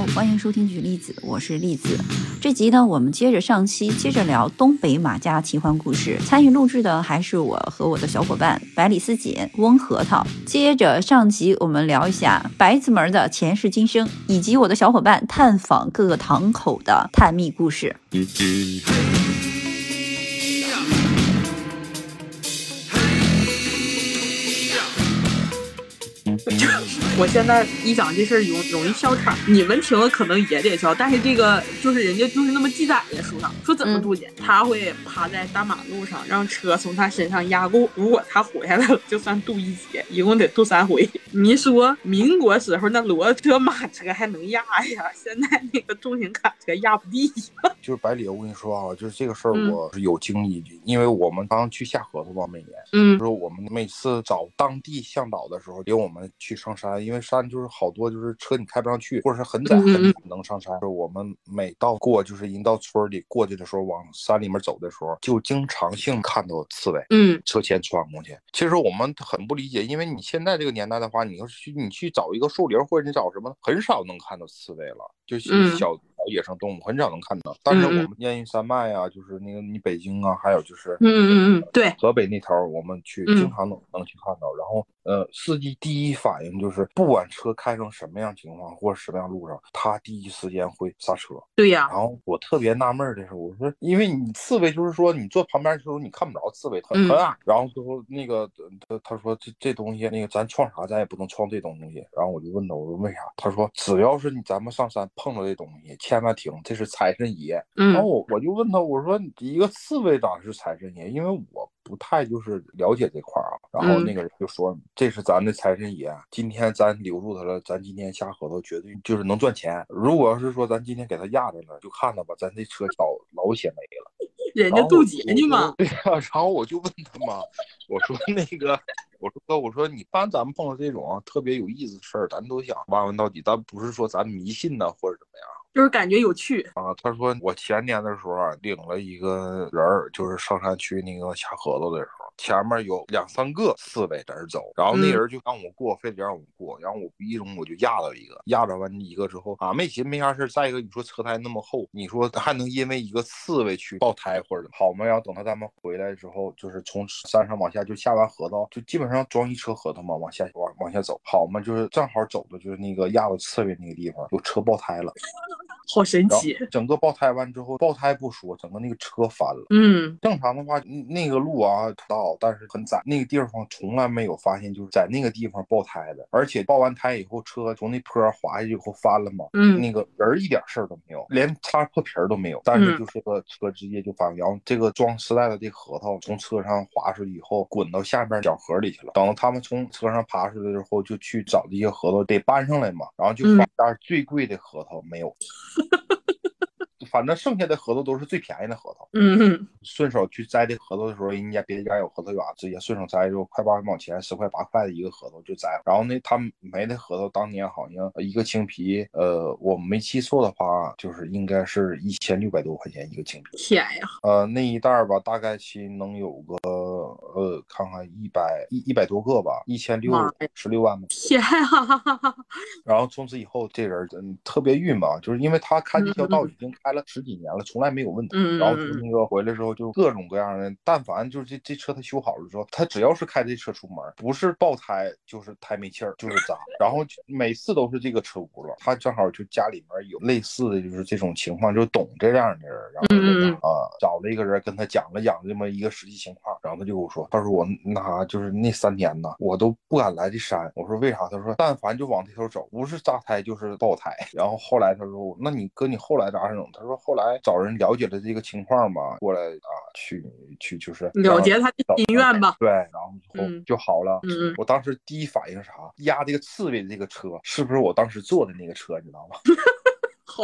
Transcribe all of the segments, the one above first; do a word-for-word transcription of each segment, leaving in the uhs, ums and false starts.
好，欢迎收听举例子，我是栗子。这集呢，我们接着上期，接着聊东北马家奇幻故事。参与录制的还是我和我的小伙伴百里思锦、翁核桃。接着上集，我们聊一下白子门的前世今生，以及我的小伙伴探访各个堂口的探秘故事。 我现在一讲这事儿容容易笑场，你们听了可能也得笑，但是这个就是人家就是那么记载的书上说怎么渡劫、嗯、他会趴在大马路上让车从他身上压过，如果他活下来了就算渡一劫，一共得渡三回。你说民国时候那骡车马车还能压呀，现在那个重型卡车压不地呀。 就是百里，我跟你说啊，就是这个事儿我是有经历、嗯、因为我们刚去下河头吧，每年嗯，就是我们每次找当地向导的时候领我们去上山，因为山就是好多就是车你开不上去，或者是很窄很窄能上山、嗯、我们每到过就是一到村里过去的时候，往山里面走的时候就经常性看到刺猬嗯，车前穿过去。其实我们很不理解，因为你现在这个年代的话，你要是去你去找一个树林或者你找什么，很少能看到刺猬了，就是小、嗯野生动物很少能看到，但是我们燕云山脉啊，就是那个你北京啊，还有就是嗯嗯嗯对河北那头，我们去经常能、嗯、能去看到。然后呃，司机第一反应就是不管车开成什么样情况或者什么样路上，他第一时间会刹车。 对呀、啊。 然后我特别纳闷的是，我说因为你刺猬就是说你坐旁边的时候你看不着刺猬，很很矮、嗯。然后最后那个他他说这这东西那个咱创啥咱也不能创这东西。然后我就问他，我说为啥？他说只要是你咱们上山碰到这东西千万停，这是财神爷。嗯、然后我我就问他，我说一个刺猬咋是财神爷？因为我不太就是了解这块啊。然后那个人就说、嗯、这是咱的财神爷，今天咱留住他了，咱今天下河头绝对就是能赚钱。如果要是说咱今天给他压着了，就看到吧，咱这车老老血没了。 人家渡劫去嘛。 对呀、啊，然后我就问他嘛，我说那个，我说哥，我说你般咱们碰到这种、啊、特别有意思的事儿，咱都想挖完到底，咱不是说咱迷信呢或者怎么样。 就是感觉有趣啊！他说我前年的时候啊，领了一个人儿，就是上山去那个下河头的时候，前面有两三个刺猬在这走，然后那人就让我过，嗯、非得让我过，然后我无意中我就压到一个，压着完一个之后啊，没寻没啥事。再一个，你说车胎那么厚，你说还能因为一个刺猬去爆胎或者好吗？然后等到咱们回来之后，就是从山上往下就下完河道，就基本上装一车河头嘛，往下往往下走，好嘛，就是正好走的就是那个压到刺猬那个地方，有车爆胎了。 好神奇！ 整个爆胎完之后，爆胎不说，整个那个车翻了。 嗯， 正常的话，那个路啊土道，但是很窄，那个地方从来没有发现就是在那个地方爆胎的。而且爆完胎以后，车从那坡滑下去以后翻了嘛，嗯，那个人一点事儿都没有，连擦破皮儿都没有。但是就是个车直接就翻了，然后这个装丝带的这核桃从车上滑出去以后，滚到下边小河里去了。等到他们从车上爬出来之后，就去找这些核桃得搬上来嘛，然后就发现最贵的核桃没有。反正剩下的核桃都是最便宜的核桃。嗯，顺手去摘这核桃的时候，人家别的家有核桃园，直接顺手摘就快八毛钱，十块八块的一个核桃就摘。然后呢，他们没的核桃当年好像一个青皮，呃，我没记错的话，就是应该是一千六百多块钱一个青皮。 天呀！ 呃，那一袋吧，大概其能有个呃，看看一百一一百多个吧，一千六十六万吧。 天啊！ 然后从此以后，这人嗯特别郁闷，就是因为他开这条道已经开了十几年了，从来没有问题。嗯、然后就那个回来之后，就各种各样的，但凡就是这这车他修好了之后，他只要是开这车出门，不是爆胎就是胎没气儿，就是渣。然后每次都是这个车轱辘，他正好就家里面有类似的就是这种情况，就懂这样的人，然后嗯啊找了一个人跟他讲了讲这么一个实际情况，然后他就跟我说，他说我那就是那三天呢，我都不敢来这山。我说为啥？他说但凡就往这头走，不是扎胎就是爆胎。然后后来他说，那你哥你后来咋整？他说后来找人了解了这个情况吧，过来啊去去就是了结他的心愿吧。 对，然后之后就好了。嗯，我当时第一反应是啥？压这个刺猬的这个车是不是我当时坐的那个车？你知道吗？ 好吧。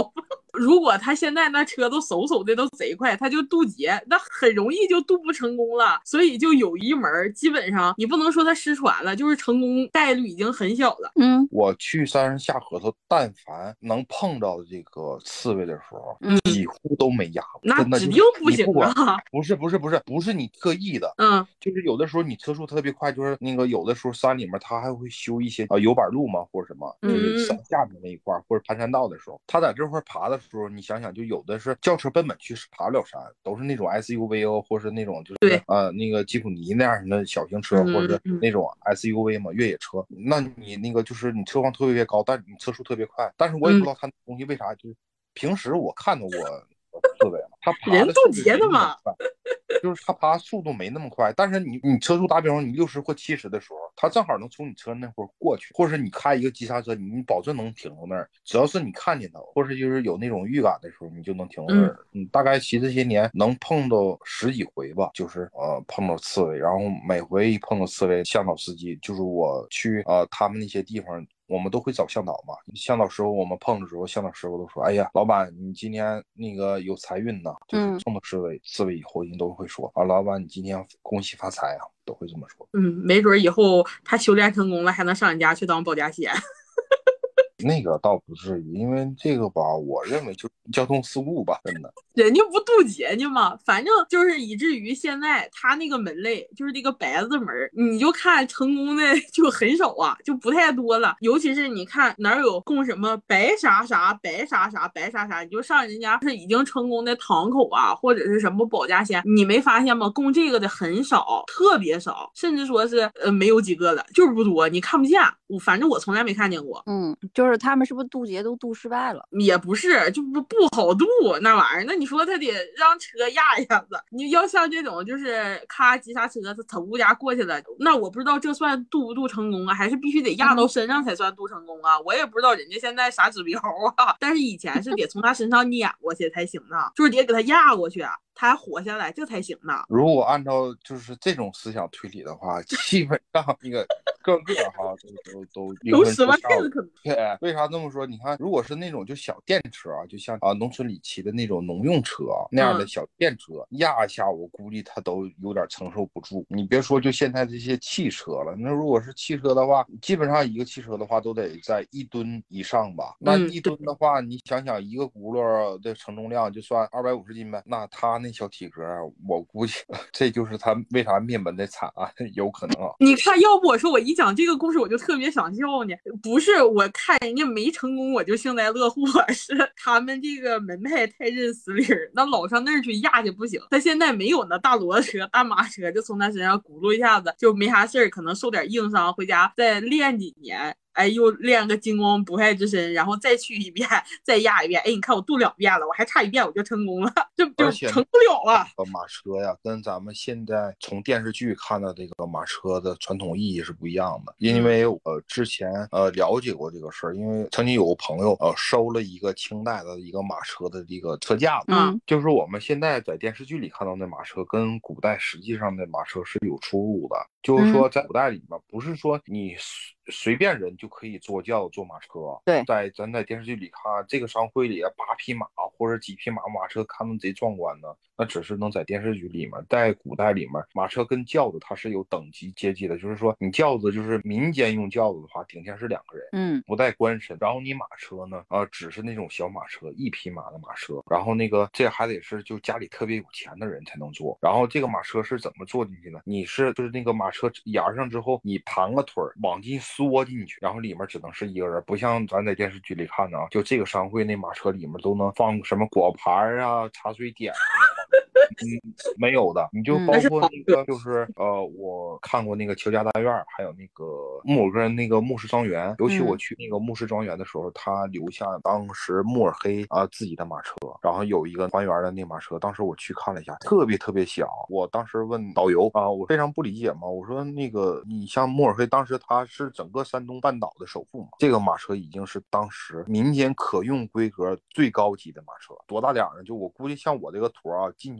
如果他现在那车都嗖嗖的都贼快，他就渡劫，那很容易就渡不成功了。所以就有一门基本上你不能说他失传了，就是成功概率已经很小了。 嗯， 我去山上下核桃，但凡能碰到这个刺猬的时候， 嗯， 几乎都没压过。 那指定不行啊！ 不是不是不是不是你特意的， 嗯， 就是有的时候你车速特别快，就是那个有的时候山里面他还会修一些啊油板路嘛，或者什么，就是山下面那一块、嗯、或者盘山道的时候，他在这块爬的时候，你想想，就有的是轿车根本去是爬不了山，都是那种 S U V 哦，或是那种就是呃那个吉普尼那样的小型车， 嗯、 或者那种 S U V 嘛，越野车，那你那个就是你车况特别高，但是你车速特别快，但是我也不知道他那东西为啥，就是平时我看到过刺猬，他爬的速度没那么快，就是他爬速度没那么快，但是你你车速打比方你六十或七十的时候，他正好能从你车那会儿过去，或者是你开一个急刹车，你保证能停到那儿，只要是你看见他，或者就是有那种预感的时候，你就能停到那儿。嗯，大概骑这些年能碰到十几回吧，就是呃碰到刺猬，然后每回一碰到刺猬，向导司机就是我去呃他们那些地方。我们都会找向导嘛，向导师傅我们碰的时候，向导师傅都说：“哎呀，老板，你今天那个有财运呐，就是碰到刺猬，刺猬以后人都会说啊，老板，你今天恭喜发财啊，都会这么说。” 嗯，没准以后他修炼成功了，还能上人家去当保家仙。 那个倒不至于，因为这个吧，我认为就是交通事故吧，真的。 人家不渡劫呢吗？反正就是以至于现在他那个门类就是这个白字门，你就看成功的就很少啊，就不太多了。尤其是你看哪有供什么白啥啥白啥啥白啥啥，你就上人家是已经成功的堂口啊，或者是什么保家仙，你没发现吗？供这个的很少，特别少，甚至说是呃没有几个了，就是不多，你看不见。我反正我从来没看见过。 嗯，就是他们是不是渡劫都渡失败了？ 也不是，就不不好渡那玩意儿。那你说他得让车压一下子，你要像这种就是咔急刹车，他从屋家过去了，那我不知道这算渡不渡成功啊，还是必须得压到身上才算渡成功啊？我也不知道人家现在啥指标啊，但是以前是得从他身上碾过去才行呢，就是得给他压过去。他还活下来，这才行呢。 如果按照就是这种思想推理的话，基本上那个个个哈都都都都十万骗子可能。 对，为啥这么说？你看，如果是那种就小电车啊，就像啊农村里骑的那种农用车那样的小电车，嗯、压一下，我估计他都有点承受不住。你别说就现在这些汽车了，那如果是汽车的话，基本上一个汽车的话都得在一吨以上吧。那一吨的话，嗯、你想想一个轱辘的承重量就算二百五十斤呗，那他那小体格，我估计这就是他为啥灭门的惨案，有可能啊。 你看，要不我说我一讲这个故事，我就特别想笑呢。不是我看人家没成功，我就幸灾乐祸，是他们这个门派太认死理儿，那老上那儿去压去不行。他现在没有那大骡子车、大马车，就从他身上轱辘一下子就没啥事儿，可能受点硬伤，回家再练几年。哎，又练个金光不败之身，然后再去一遍，再压一遍。哎，你看我渡两遍了，我还差一遍我就成功了，就就成不了了。 马车呀，跟咱们现在从电视剧看到这个马车的传统意义是不一样的。因为我、呃、之前呃了解过这个事儿，因为曾经有个朋友呃收了一个清代的一个马车的一个车架子， 嗯， 就是我们现在在电视剧里看到的马车跟古代实际上的马车是有出入的。就是说在古代里面，不是说你随便人就可以坐轿坐马车。 对， 在咱在电视剧里看这个商会里八匹马或者几匹马马车看着贼壮观呢，那只是能在电视剧里面。在古代里面，马车跟轿子它是有等级阶级的，就是说你轿子就是民间用轿子的话，顶天是两个人， 嗯， 不带官绅。然后你马车呢，呃，只是那种小马车，一匹马的马车。然后那个这还得是就家里特别有钱的人才能坐。然后这个马车是怎么坐进去呢？你是就是那个马车沿上之后，你盘个腿往进缩进去，然后里面只能是一个人，不像咱在电视剧里看的啊，就这个商会那马车里面都能放什么果盘啊、茶水点啊。嗯，没有的，你就包括那个，就是呃，我看过那个乔家大院，还有那个木耳根那个牧师庄园。尤其我去那个牧师庄园的时候，他留下当时慕尔黑啊、呃、自己的马车，然后有一个还原的那马车，当时我去看了一下，特别特别小。我当时问导游啊、呃，我非常不理解嘛，我说那个你像慕尔黑，当时他是整个山东半岛的首富嘛，这个马车已经是当时民间可用规格最高级的马车，多大点呢？就我估计像我这个坨啊，进去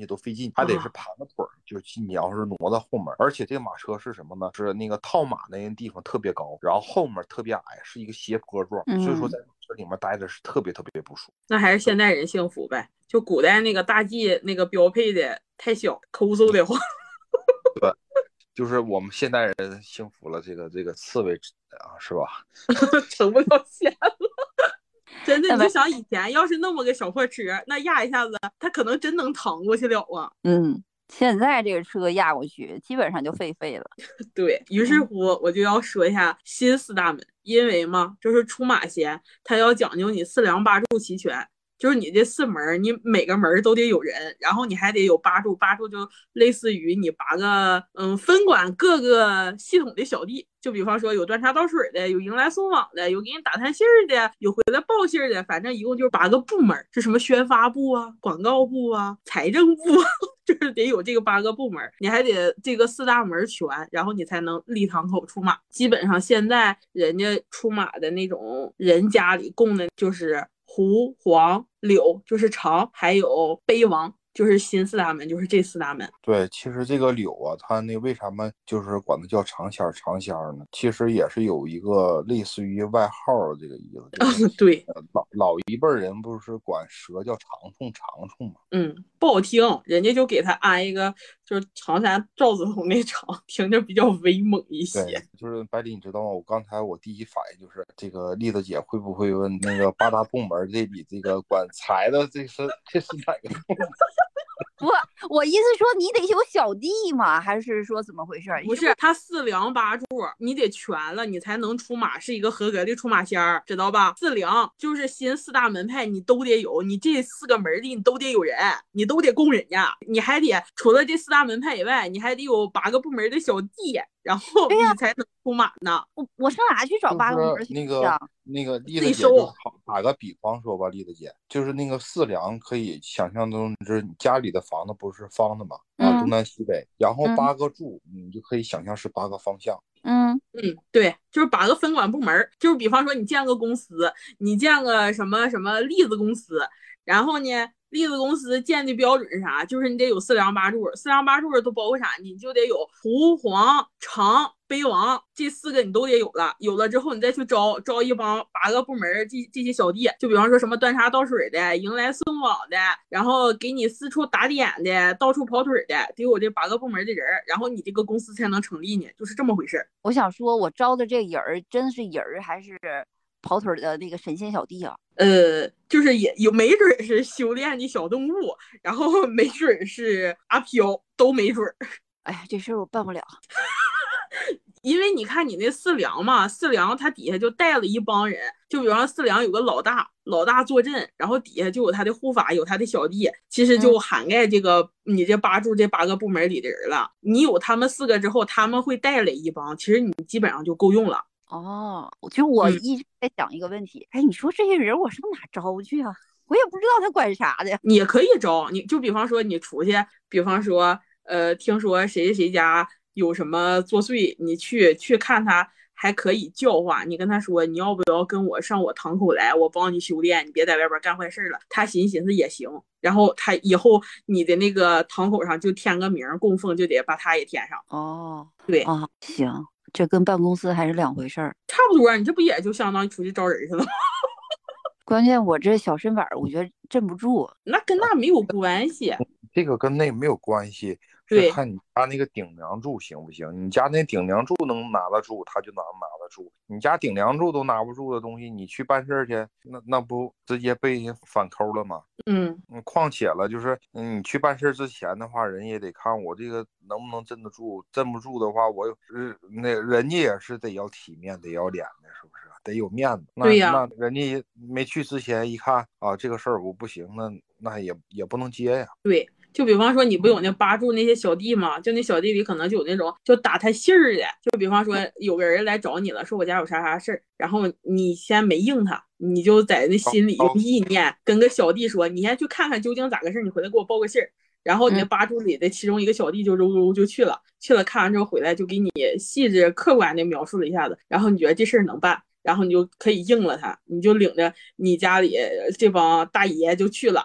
都费劲，还得是盘个腿儿，就是你要是挪到后面，而且这个马车是什么呢？是那个套马那个地方特别高，然后后面特别矮，是一个斜坡状， 嗯、 所以说在这里面待着是特别特别不舒服。 那还是现代人幸福呗，就古代那个大 G 那个标配的太小，抠搜的慌。 对。就是我们现代人幸福了，这个这个刺猬啊，是吧？ 成不了线了。真的，你就想以前要是那么个小破车，那压一下子，它可能真能趟过去了啊。 嗯，现在这个车压过去，基本上就废废了。 对于是乎，我就要说一下新四大门，因为嘛，就是出马前，它要讲究你四梁八柱齐全。就是你这四门，你每个门都得有人，然后你还得有八柱，八柱就类似于你八个嗯分管各个系统的小弟，就比方说有端茶倒水的，有迎来送往的，有给你打探信儿的，有回来报信儿的，反正一共就是八个部门，是什么宣发部啊、广告部啊、财政部啊，就是得有这个八个部门，你还得这个四大门全，然后你才能立堂口出马。基本上现在人家出马的那种人家里供的就是胡黄柳，就是长，还有碑王，就是新四大门，就是这四大门。 对，其实这个柳啊，它那为什么就是管它叫长仙儿长仙儿呢？其实也是有一个类似于外号这个意思。 嗯、哦，对， 老老一辈人不是管蛇叫长虫长虫吗？ 嗯，不好听，人家就给他安一个就是长山赵子龙那长，听着比较威猛一些。 对，就是百里，你知道吗？我刚才我第一反应就是这个栗子姐会不会问那个八大部门这里这个管财的这是这是哪个部门？ 不，我意思说你得有小弟嘛，还是说怎么回事？ 不是，他四梁八柱你得全了，你才能出马，是一个合格的出马仙儿，知道吧？四梁就是新四大门派，你都得有，你这四个门里你都得有人，你都得供人家，你还得除了这四大门派以外，你还得有八个部门的小弟，然后你才能出马呢。 我我上哪去找八个部门？ 那个那个栗子姐就好打个比方说吧，栗子姐就是那个四梁，可以想象中就是你家里的房子不是方的嘛，啊，东南西北，然后八个柱，你就可以想象是八个方向。 嗯嗯，对，就是八个分管部门，就是比方说你建个公司，你建个什么什么栗子公司，然后呢，栗子公司建的标准是啥？就是你得有四梁八柱，四梁八柱都包括啥？你就得有胡黄长碑王这四个你都得有了，有了之后你再去招招一帮八个部门这这些小弟，就比方说什么端茶倒水的、迎来送往的，然后给你四处打点的、到处跑腿的，得有这八个部门的人，然后你这个公司才能成立呢，就是这么回事。 我想说，我招的这人儿真是人儿还是跑腿的那个神仙小弟啊？ 呃，就是也有没准是修炼的小动物，然后没准是阿飘，都没准。 哎呀，这事儿我办不了。 因为你看你那四梁嘛，四梁它底下就带了一帮人，就比方说四梁有个老大，老大坐镇，然后底下就有他的护法，有他的小弟，其实就涵盖这个、嗯、你这八柱这八个部门里的人了。你有他们四个之后，他们会带来一帮，其实你基本上就够用了。 哦，其实我一直在想一个问题，嗯、哎，你说这些人我上哪招去啊？我也不知道他管啥的。 你也可以招，你就比方说你出去，比方说呃，听说谁谁谁家有什么作祟，你去去看他，还可以教化你，跟他说你要不要跟我上我堂口来，我帮你修炼，你别在外边干坏事了。他寻思寻思也行，然后他以后你的那个堂口上就添个名供奉，就得把他也添上。 哦， 对啊、哦，行，这跟办公司还是两回事儿。 差不多，你这不也就相当于出去招人去了吗？ 关键我这小身板我觉得镇不住。 那跟那没有关系， 这个跟那没有关系，是看你家那个顶梁柱行不行。你家那顶梁柱能拿得住，他就能拿得住。你家顶梁柱都拿不住的东西，你去办事去，那那不直接被反扣了吗？ 嗯， 况且了，就是你去办事之前的话，人也得看我这个能不能镇得住。镇不住的话，我呃那人家也是得要体面，得要脸的，是不是？得有面子。那对呀， 那人家没去之前一看啊，这个事儿我不行，那那也也不能接呀。 对。就比方说你不有那八柱那些小弟吗？就那小弟里可能就有那种就打他信儿的，就比方说有个人来找你了，说我家有啥啥事儿，然后你先没应他，你就在那心里用意念跟个小弟说，你先去看看究竟咋个事儿，你回来给我报个信儿。然后你那八柱里的其中一个小弟就揉揉就去了，去了看完之后回来就给你细致客观的描述了一下子，然后你觉得这事儿能办，然后你就可以应了他，你就领着你家里这帮大爷就去了。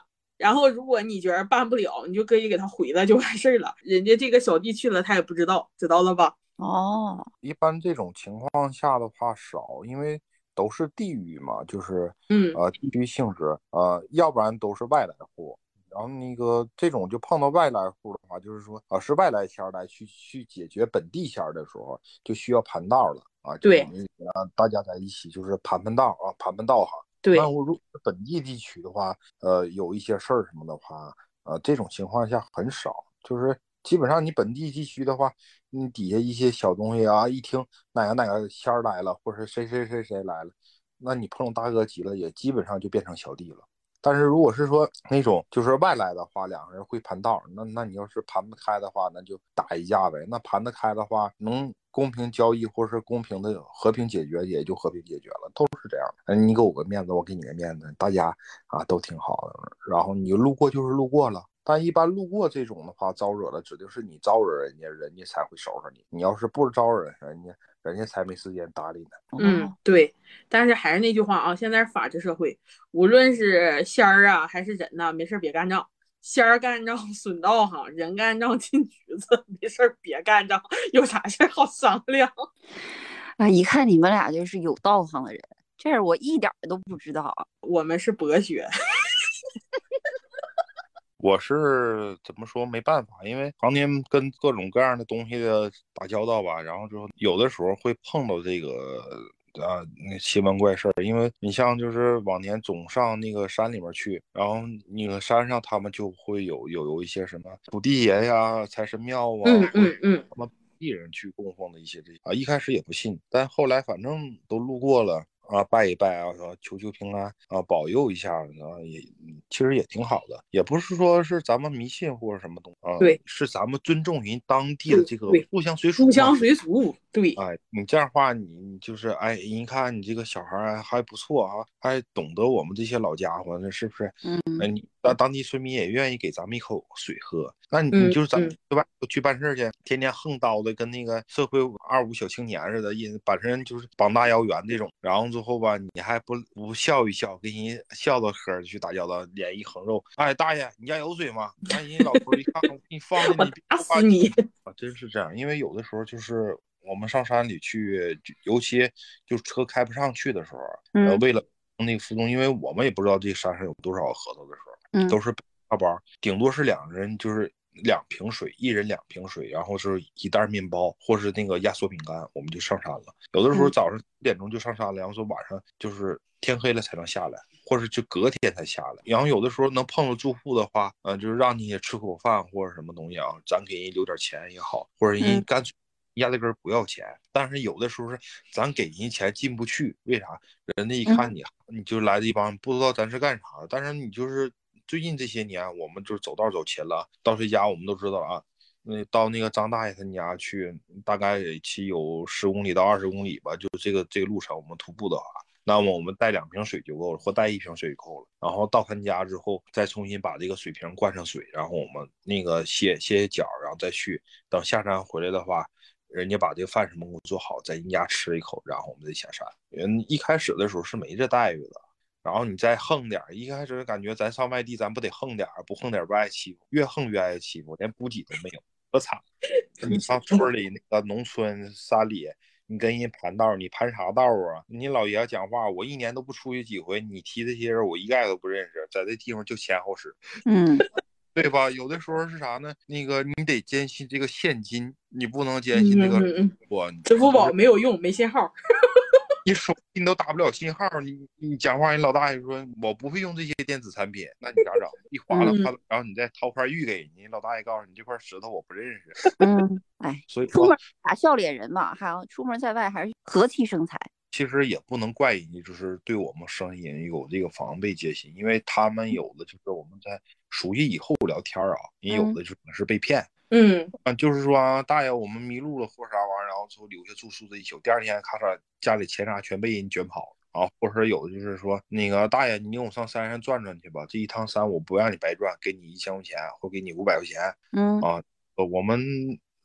然后如果你觉得办不了，你就可以给他回了就完事了。人家这个小弟去了，他也不知道，知道了吧？ 哦， 一般这种情况下的话少，因为都是地域嘛，就是嗯呃地域性质，呃，要不然都是外来户。然后那个这种就碰到外来户的话，就是说啊、呃、是外来签来去去解决本地签的时候，就需要盘道了啊，就是你啊大家在一起就是盘盘道啊，盘盘道行。 对， 那我如果本地地区的话，呃，有一些事儿什么的话，呃，这种情况下很少，就是基本上你本地地区的话，你底下一些小东西啊，一听哪个哪个仙儿来了，或者谁谁谁谁来了，那你碰大哥急了，也基本上就变成小弟了。但是如果是说那种就是外来的话，两个人会盘道，那那你要是盘不开的话，那就打一架呗。那盘得开的话，能公平交易或是公平的和平解决，也就和平解决了，都是这样的。你给我个面子，我给你个面子，大家啊都挺好的。然后你路过就是路过了。但一般路过这种的话，招惹了指定是你招惹人家，人家才会收拾你。你要是不招惹人家，人家才没时间搭理呢。 嗯，对。但是还是那句话啊，现在是法治社会，无论是仙儿啊还是人呐、啊，没事别干仗。仙儿干仗损道行，人干仗进局子，没事别干仗，有啥事好商量。 啊，一看你们俩就是有道行的人，这是我一点都不知道啊。 我们是博学。 我是怎么说没办法，因为常年跟各种各样的东西的打交道吧，然后之后有的时候会碰到这个啊那奇闻怪事儿。因为你像就是往年总上那个山里面去，然后那个山上他们就会有有有一些什么土地爷呀、财神庙啊， 嗯嗯嗯， 他们本地人去供奉的一些这些啊，一开始也不信，但后来反正都路过了。啊，拜一拜啊，求求平安啊，保佑一下啊，也其实也挺好的，也不是说是咱们迷信或者什么东西啊， 对， 是咱们尊重人当地的这个互相随俗， 互相随俗，对， 哎，你这样的话，你你就是哎，一看你这个小孩还不错啊，还懂得我们这些老家伙，那是不是？ 嗯， 哎，你当当地村民也愿意给咱们一口水喝。那你你就是咱们对吧？去办事去，天天横刀的，跟那个社会二五小青年似的，因本身就是膀大腰圆这种，然后之后吧，你还不不笑一笑，给人笑到呵去打交道，脸一横肉，哎，大爷，你家有水吗？哎，人老头一看，我给你放进去， 打死你！ 啊，真是这样，因为有的时候就是我们上山里去，尤其就车开不上去的时候，呃，为了那个浮动，因为我们也不知道这山上有多少核桃的时候， 嗯， 都是大包，顶多是两个人就是两瓶水，一人两瓶水，然后是一袋面包或是那个压缩饼干，我们就上山了。有的时候早上五点钟就上山了，然后说晚上就是天黑了才能下来，或者就隔天才下来。然后有的时候能碰到住户的话，嗯、呃，就是让你也吃口饭或者什么东西啊，咱给人留点钱也好，或者人干脆压根儿不要钱。但是有的时候是咱给人钱进不去，为啥？人家一看你，你就来这一帮不知道咱是干啥的。但是你就是最近这些年，我们就是走道走勤了，到谁家我们都知道啊。那到那个张大爷他家去，大概骑有十公里到二十公里吧，就这个这个路程，我们徒步的话，那么我们带两瓶水就够了，或带一瓶水就够了。然后到他家之后，再重新把这个水瓶灌上水，然后我们那个歇歇歇脚，然后再去。等下山回来的话，人家把这个饭什么给我做好，在人家吃一口，然后我们再下山。人一开始的时候是没这待遇的。然后你再横点，一开始感觉咱上外地，咱不得横点，不横点不挨欺负，越横越挨欺负，连补给都没有，多惨！你上村里那个农村山里，你跟人盘道，你盘啥道啊？你老爷子讲话，我一年都不出去几回，你提这些人我一概都不认识，在这地方就前后使， 嗯， 对吧？有的时候是啥呢？那个你得坚信这个现金，你不能坚信这个我、嗯、 支付宝没有用，没信号。 你手机你都打不了信号，你你讲话，人老大爷说我不会用这些电子产品，那你咋整？一划了啪，然后你再掏块玉给人家，老大爷告诉你这块石头我不认识。 嗯，哎， 所以出门打笑脸人嘛，还有出门在外还是和气生财。 其实也不能怪人家，就是对我们生意人有这个防备戒心，因为他们有的就是我们在熟悉以后聊天啊，也有的就可能是被骗。 嗯啊，就是说、啊、大爷我们迷路了或啥玩意儿，然后就留下住宿这一宿，第二天咔嚓家里钱啥全被人卷跑了啊，或者有的就是说那个大爷你领我上山上转转去吧，这一趟山我不让你白转，给你一千块钱或给你五百块钱。 嗯啊，我们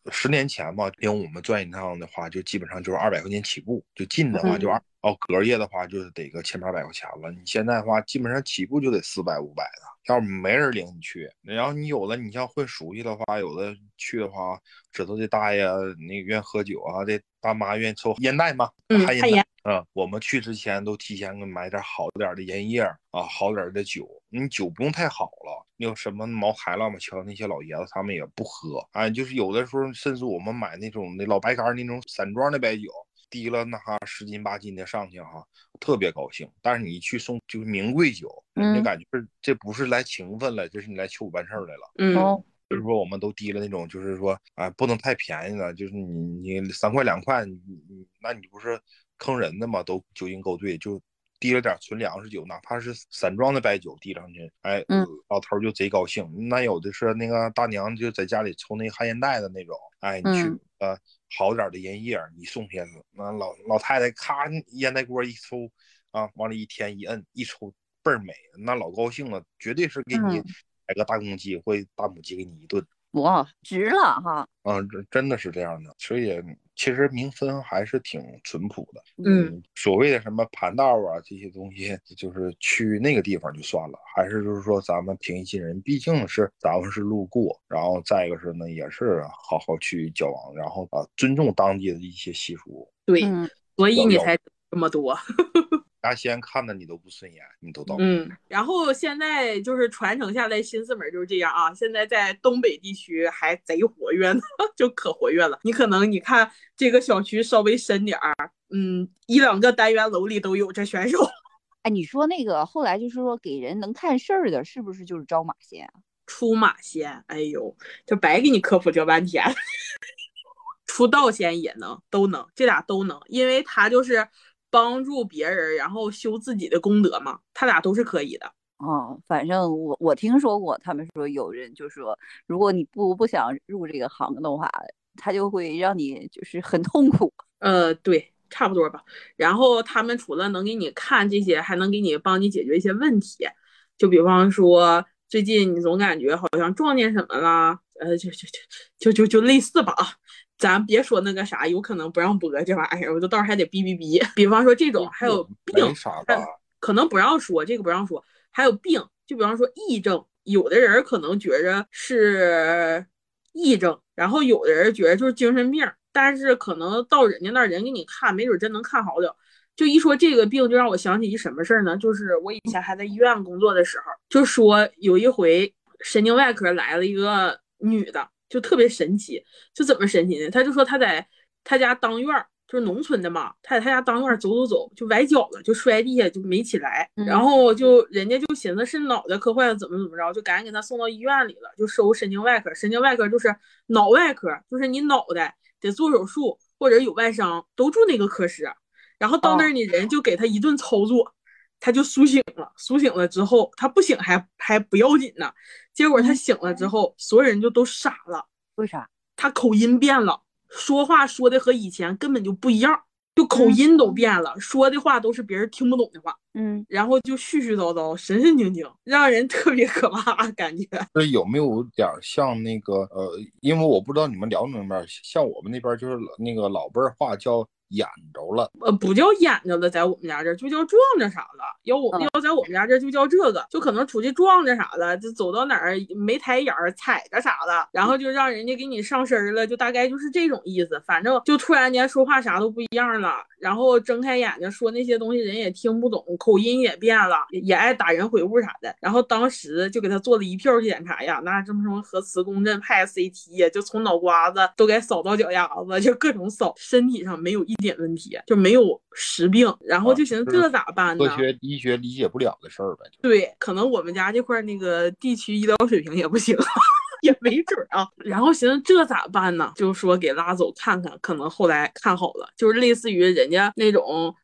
十年前嘛，因为我们转一趟的话，就基本上就是二百块钱起步，就近的话就二、嗯、哦，隔夜的话就是得个千八百块钱了。你现在的话，基本上起步就得四百五百的。要是没人领你去，然后你有的你像混熟悉的话，有的去的话，知道这大爷那个愿喝酒啊，这大妈愿抽烟袋嘛， 嗯， 旱烟袋。嗯，我们去之前都提前买点好点的烟叶啊，好点的酒。你酒不用太好了，有什么茅台、老马桥那些老爷子他们也不喝啊、哎，就是有的时候甚至我们买那种那老白干那种散装的白酒。滴了那哈十斤八斤的上去哈，特别高兴。但是你去送就是名贵酒，人家感觉这不是来情分了，这是你来求我办事来了。 嗯， 所以说我们都滴了那种，就是说啊、哎，不能太便宜了，就是你你三块两块，你你那你不是坑人的吗？都酒精勾兑，就滴了点纯粮食酒，哪怕是散装的白酒滴上去，哎，嗯、老头就贼高兴。那有的是那个大娘就在家里抽那旱烟袋的那种，哎，你去、嗯、呃。好点的烟叶你送片子，那老老太太咔烟袋锅一抽啊，往里一添一摁一抽倍儿美，那老高兴了，绝对是给你买个大公鸡或大母鸡给你一顿， 哇，值了哈！ 嗯，真的是这样的，所以其实民风还是挺淳朴的。 嗯， 所谓的什么盘道啊这些东西，就是去那个地方就算了，还是就是说咱们平易近人，毕竟是咱们是路过，然后再一个是呢，也是好好去交往，然后啊尊重当地的一些习俗。 对，嗯、所以你才这么多。 大仙看的你都不顺眼，你都到。 嗯，然后现在就是传承下来新四门就是这样啊，现在在东北地区还贼活跃呢，就可活跃了。你可能你看这个小区稍微深点儿，嗯，一两个单元楼里都有这选手。 哎，你说那个后来就是说给人能看事儿的，是不是就是招马仙啊？ 出马仙，哎呦，这白给你科普这半天。出道仙也能，都能，这俩都能，因为他就是帮助别人，然后修自己的功德嘛，他俩都是可以的。 哦，反正我我听说过，他们说有人就说，如果你不不想入这个行的话，他就会让你就是很痛苦。 呃，对，差不多吧。然后他们除了能给你看这些，还能给你帮你解决一些问题，就比方说最近你总感觉好像撞见什么了，呃，就就就就就就类似吧。咱别说那个啥，有可能不让播这玩意儿，我就到时候还得哔哔哔。比方说这种，还有病，可能不让说这个不让说。还有病，就比方说癔症，有的人可能觉着是癔症，然后有的人觉得就是精神病，但是可能到人家那儿人给你看，没准真能看好了。就一说这个病，就让我想起一什么事儿呢？就是我以前还在医院工作的时候，就说有一回神经外科来了一个女的。就特别神奇，就怎么神奇呢？他就说他在他家当院，就是农村的嘛，他在他家当院走走走，就崴脚了，就摔地下就没起来，嗯、然后就人家就寻思是脑袋磕坏了，怎么怎么着，就赶紧给他送到医院里了，就收神经外科。神经外科就是脑外科，就是你脑袋得做手术或者有外伤都住那个科室，然后到那儿你人就给他一顿操作。哦，他就苏醒了，苏醒了之后，他不醒还还不要紧呢。结果他醒了之后，所有人就都傻了。 为啥？ 他口音变了，说话说的和以前根本就不一样，就口音都变了，嗯、说的话都是别人听不懂的话。嗯，然后就絮絮叨叨、神神经经，让人特别可怕，感觉。 这有没有点像那个呃？因为我不知道你们辽宁那边，像我们那边就是那个老辈话叫。演着了， 呃，不叫演着了，在我们家这就叫撞着啥了。要我们、嗯、要在我们家这就叫这个，就可能出去撞着啥了，就走到哪儿没抬眼儿踩着啥的，然后就让人家给你上身了，就大概就是这种意思。反正就突然间说话啥都不一样了，然后睁开眼睛说那些东西人也听不懂，口音也变了，也爱打人回屋啥的。然后当时就给他做了一票检查呀，那这么什么核磁共振、拍 C T， 就从脑瓜子都给扫到脚丫子，就各种扫，身体上没有一点问题，就没有实病，然后就寻思这咋办呢？ 科学医学理解不了的事儿呗。 对，可能我们家这块那个地区医疗水平也不行，也没准啊。然后寻思这咋办呢？就说给拉走看看，可能后来看好了，就是类似于人家那种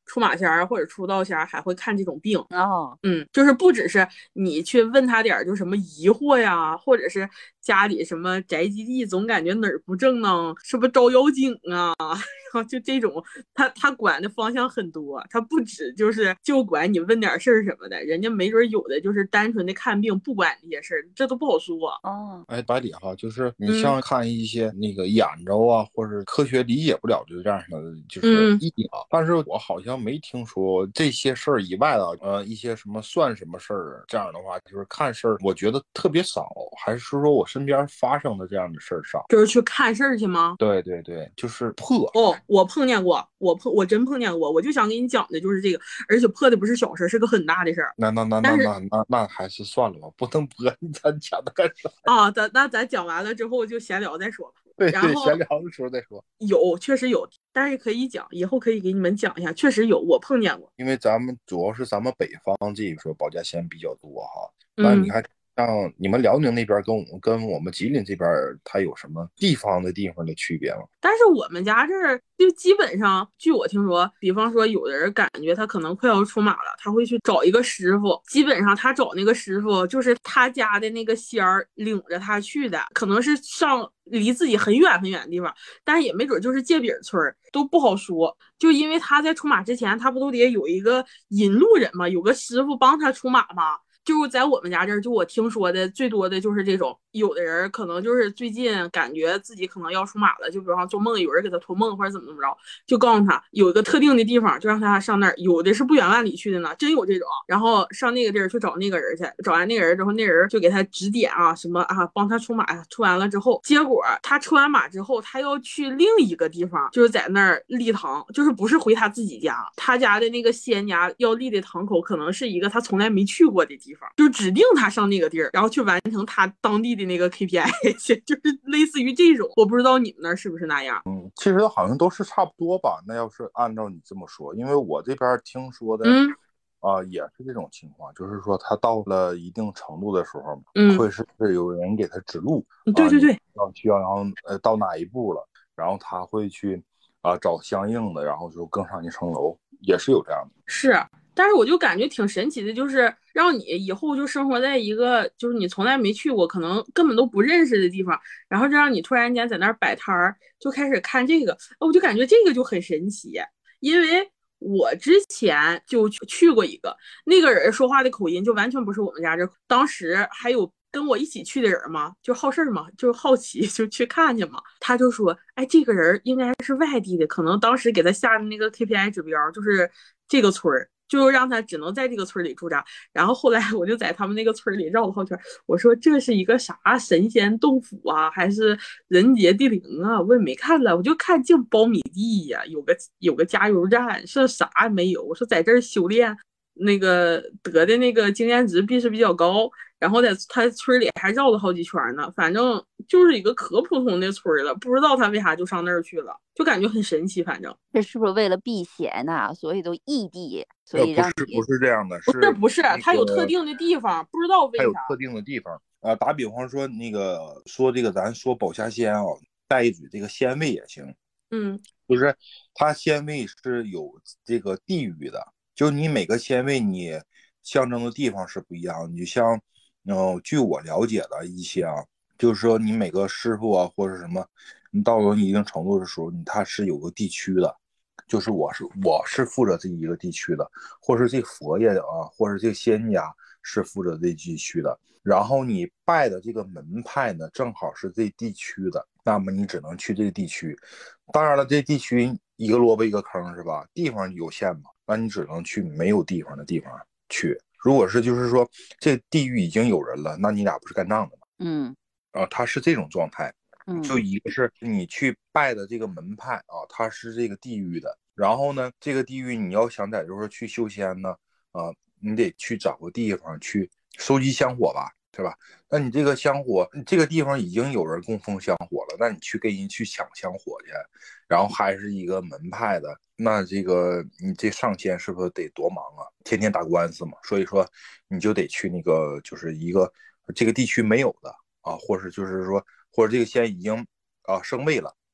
出马仙或者出道仙还会看这种病哦， 嗯，就是不只是你去问他点就什么疑惑呀，或者是家里什么宅基地总感觉哪儿不正呢，是不是招妖精啊？然后就这种，他他管的方向很多，他不止就是就管你问点事儿什么的，人家没准有的就是单纯的看病，不管这些事儿，这都不好说。 哦， 哎，百里哈，就是你像看一些那个眼着啊，嗯、或者科学理解不了就这样的，就是意义啊、嗯。但是我好像没听说这些事儿以外的，呃，一些什么算什么事儿这样的话，就是看事儿，我觉得特别少。还是说我身边发生的这样的事儿少？ 就是去看事儿去吗？ 对对对，就是破。 哦，我碰见过，我碰我真碰见过，我就想给你讲的就是这个，而且破的不是小事，是个很大的事儿。 那那那那那那那还是算了吧，不能播，咱讲的干啥？ 啊，咱那咱讲完了之后就闲聊再说吧。 对对，闲聊的时候再说。 有，确实有，但是可以讲，以后可以给你们讲一下，确实有，我碰见过。 因为咱们主要是咱们北方这一说保家仙比较多哈，那你看。像你们辽宁那边跟我们跟我们吉林这边，它有什么地方的地方的区别吗？ 但是我们家这儿就基本上，据我听说，比方说有的人感觉他可能快要出马了，他会去找一个师傅，基本上他找那个师傅就是他家的那个仙儿领着他去的，可能是上离自己很远很远的地方，但是也没准就是界饼村，都不好说。就因为他在出马之前，他不都得有一个引路人嘛，有个师傅帮他出马嘛。就在我们家这儿，就我听说的最多的就是这种，有的人可能就是最近感觉自己可能要出马了，就比方做梦有人给他托梦或者怎么怎么着，就告诉他有一个特定的地方，就让他上那儿。有的是不远万里去的呢，真有这种。然后上那个地儿去找那个人去，找完那个人之后，那人就给他指点啊什么啊，帮他出马。出完了之后，结果他出完马之后，他要去另一个地方，就是在那儿立堂，就是不是回他自己家，他家的那个仙家要立的堂口，可能是一个他从来没去过的地方。就指定他上那个地儿，然后去完成他当地的那个 K P I， 就是类似于这种。我不知道你们那儿是不是那样。 嗯，其实好像都是差不多吧。那要是按照你这么说，因为我这边听说的， 嗯， 啊、呃，也是这种情况，就是说他到了一定程度的时候， 嗯， 会是有人给他指路。 对对对， 要需要，然后呃到哪一步了，然后他会去啊、呃、找相应的，然后就更上一层楼，也是有这样的。 是。但是我就感觉挺神奇的，就是让你以后就生活在一个就是你从来没去过，可能根本都不认识的地方，然后就让你突然间在那儿摆摊儿，就开始看这个，我就感觉这个就很神奇。因为我之前就去过一个，那个人说话的口音就完全不是我们家这，当时还有跟我一起去的人嘛，就好事嘛，就好奇就去看去嘛。他就说，哎，这个人应该是外地的，可能当时给他下的那个 K P I 指标就是这个村儿。就让他只能在这个村里驻扎。然后后来我就在他们那个村里绕了好圈，我说这是一个啥神仙洞府啊，还是人杰地灵啊？我也没看了，我就看净苞米地呀、啊，有个有个加油站，是啥也没有。我说在这儿修炼，那个得的那个经验值必是比较高。然后在他村里还绕了好几圈呢，反正就是一个可普通的村了，不知道他为啥就上那儿去了，就感觉很神奇。反正这是不是为了避嫌呐、啊？所以都异地，所以让你、呃、不是不是这样的， 不是不是，他有特定的地方，不知道为啥。 他有特定的地方啊、呃，打比方说那个说这个咱说保虾仙啊，带一嘴这个仙位也行。 嗯， 就是它仙位是有这个地域的，就是你每个仙位你象征的地方是不一样。你像。嗯，据我了解的一些啊，就是说你每个师傅啊或者什么，你到了一定程度的时候，你他是有个地区的，就是我是我是负责这一个地区的，或是这佛爷啊，或者这个仙家是负责这地区的。然后你拜的这个门派呢，正好是这地区的，那么你只能去这个地区。当然了，这地区一个萝卜一个坑是吧？地方有限嘛，那你只能去没有地方的地方去。如果是就是说这地域已经有人了，那你俩不是干仗的吗？ 嗯， 啊，他是这种状态。 嗯， 就一个是你去拜的这个门派啊，它是这个地域的。然后呢，这个地域你要想在就是去修仙呢，啊，你得去找个地方去收集香火吧，对吧？那你这个香火，这个地方已经有人供奉香火了，那你去跟人去抢香火去，然后还是一个门派的。那这个你这上仙是不是得多忙啊？天天打官司嘛，所以说你就得去那个就是一个这个地区没有的啊，或者就是说或者这个仙已经啊升位了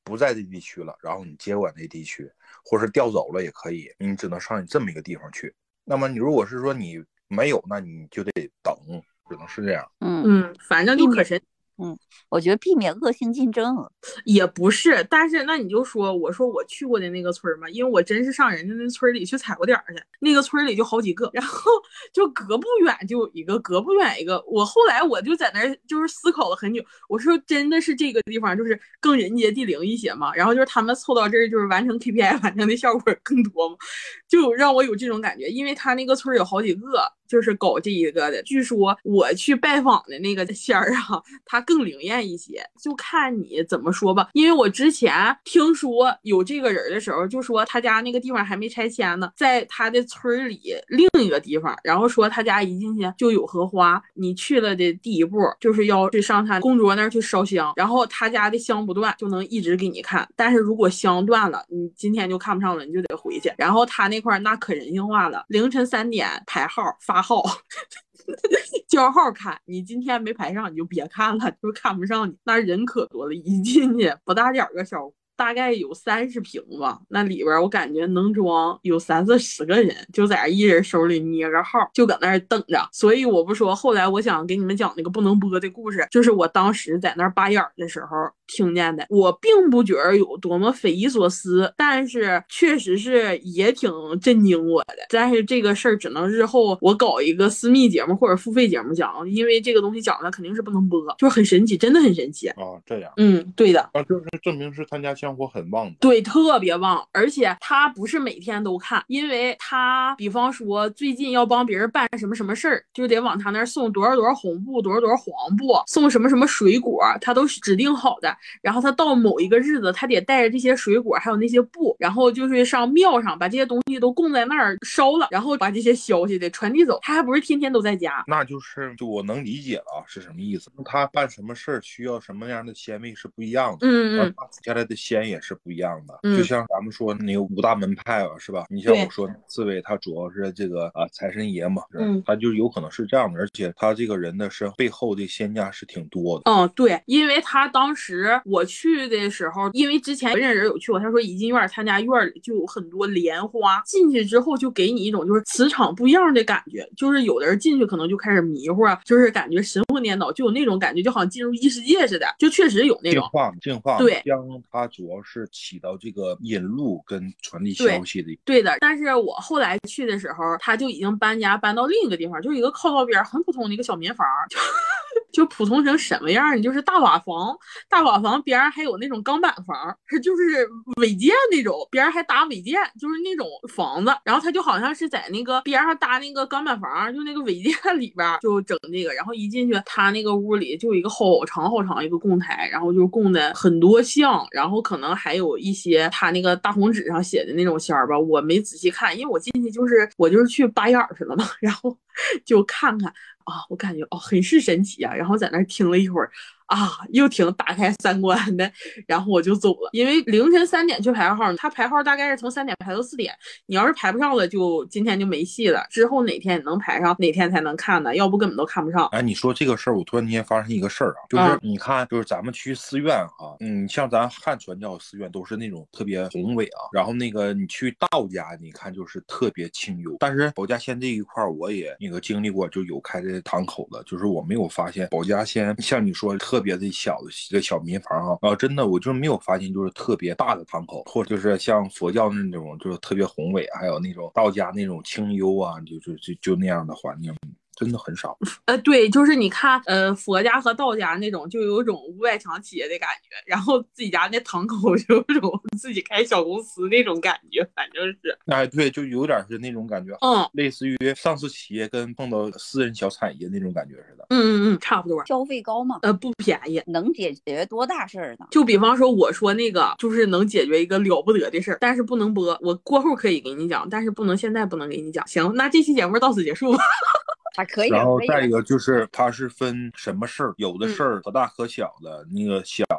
不在这地区了，然后你接管这地区，或是调走了也可以，你只能上你这么一个地方去。那么你如果是说你没有，那你就得等，只能是这样。 嗯嗯，反正就可神。 嗯，我觉得避免恶性竞争也不是，但是那你就说，我说我去过的那个村嘛，因为我真是上人家那村里去踩过点儿去，那个村里就好几个，然后就隔不远就有一个，隔不远一个。我后来我就在那儿就是思考了很久，我说真的是这个地方就是更人杰地灵一些嘛，然后就是他们凑到这儿就是完成 K P I 完成的效果更多嘛，就让我有这种感觉，因为他那个村有好几个。就是搞这一个的，据说我去拜访的那个仙儿啊，他更灵验一些，就看你怎么说吧。因为我之前听说有这个人的时候，就说他家那个地方还没拆迁呢，在他的村里另一个地方，然后说他家一进去就有荷花，你去了的第一步就是要去上他供桌那儿去烧香，然后他家的香不断，就能一直给你看。但是如果香断了，你今天就看不上了，你就得回去。然后他那块那可人性化了，凌晨三点排号发号叫号看，你今天没排上你就别看了，就看不上你。那人可多了，一进去不大点个小屋，大概有三十平吧，那里边我感觉能装有三四十个人，就在一人手里捏个号，就搁那儿等着。所以我不说，后来我想给你们讲那个不能播的故事，就是我当时在那儿扒眼的时候听见的。我并不觉得有多么匪夷所思，但是确实是也挺震惊我的。但是这个事儿只能日后我搞一个私密节目或者付费节目讲，因为这个东西讲的肯定是不能播，就是很神奇，真的很神奇啊。这样， 嗯，对的， 啊，就是证明是他家香火很旺的， 对，特别旺。而且他不是每天都看，因为他比方说最近要帮别人办什么什么事儿，就得往他那儿送多少多少红布，多少多少黄布，送什么什么水果，他都是指定好的。然后他到某一个日子，他得带着这些水果还有那些布，然后就是上庙上把这些东西都供在那儿烧了，然后把这些消息得传递走。他还不是天天都在家， 那就是就我能理解了啊，是什么意思？他办什么事儿需要什么样的仙位是不一样的， 嗯嗯， 他下来的仙也是不一样的。 嗯、 就像咱们说那个五大门派吧，是吧？你像我说刺猬，他主要是这个啊财神爷嘛，嗯，他就有可能是这样的，而且他这个人的是背后的仙家是挺多的。 嗯，对，因为他当时我去的时候，因为之前别人有去过，他说一进院他家院里就有很多莲花，进去之后就给你一种就是磁场不一样的感觉，就是有的人进去可能就开始迷糊啊，就是感觉神魂颠倒，就有那种感觉，就好像进入异世界似的，就确实有那种净化净化。 对， 香它主要是起到这个引路跟传递消息的。 对, 对的，但是我后来去的时候，他就已经搬家搬到另一个地方，就是一个靠道边很普通的一个小民房。就普通成什么样？你就是大瓦房，大瓦房边上还有那种钢板房，就是违建那种，边上还搭违建，就是那种房子。然后他就好像是在那个边上搭那个钢板房，就那个违建里边就整这个。然后一进去，他那个屋里就有一个好长好长一个供台，然后就供的很多像，然后可能还有一些他那个大红纸上写的那种仙儿吧，我没仔细看，因为我进去就是我就是去扒眼去了嘛，然后就看看。啊，我感觉哦，很是神奇啊！然后在那儿听了一会儿，啊，又挺打开三观的，然后我就走了。因为凌晨三点去排号，他排号大概是从三点排到四点，你要是排不上了，就今天就没戏了。之后哪天你能排上，哪天才能看呢？要不根本都看不上。 哎，你说这个事儿，我突然间发生一个事儿啊，就是你看，就是咱们去寺院啊，嗯，像咱汉传教寺院都是那种特别宏伟啊，然后那个你去道家，你看就是特别清幽。但是保家仙这一块，我也那个经历过，就有开的堂口的，就是我没有发现保家仙像你说特别的小的一个小民房啊，啊，真的我就没有发现就是特别大的堂口，或者就是像佛教那种就是特别宏伟，还有那种道家那种清幽啊，就就就就那样的环境。真的很少。 呃，对，就是你看，呃，佛家和道家那种，就有一种屋外藏企业的感觉，然后自己家那堂口就有一种自己开小公司那种感觉，反正是。 哎，对，就有点是那种感觉， 嗯， 类似于上市企业跟碰到私人小产业那种感觉似的。 嗯嗯嗯，差不多。 消费高吗？ 呃，不便宜， 能解决多大事儿呢？ 就比方说我说那个，就是能解决一个了不得的事儿，但是不能播，我过后可以给你讲，但是不能现在不能给你讲。行，那这期节目到此结束吧。 还可以。 然后再一个就是它是分什么事儿，有的事儿可大可小的，那个小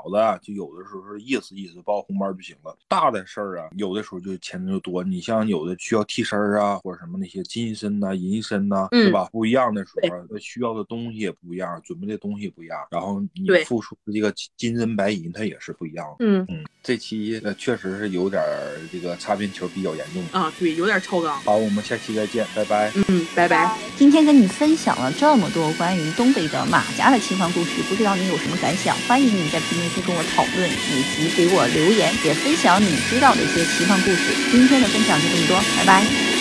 小的就有的时候是意思意思报红包就行了，大的事儿啊有的时候就钱就多。你像有的需要替身啊或者什么那些金身呐、啊、银身呐、啊嗯、对吧？不一样的时候需要的东西也不一样，准备的东西也不一样，然后你付出的这个金针白银它也是不一样的。 嗯嗯，这期呃确实是有点这个擦边球比较严重啊，对，有点超纲。 好，我们下期再见，拜拜。 嗯，拜拜。 今天跟你分享了这么多关于东北的马家的奇幻故事，不知道你有什么感想？欢迎你在评论区跟我讨论，以及给我留言，也分享你知道的一些奇幻故事。今天的分享就这么多，拜拜。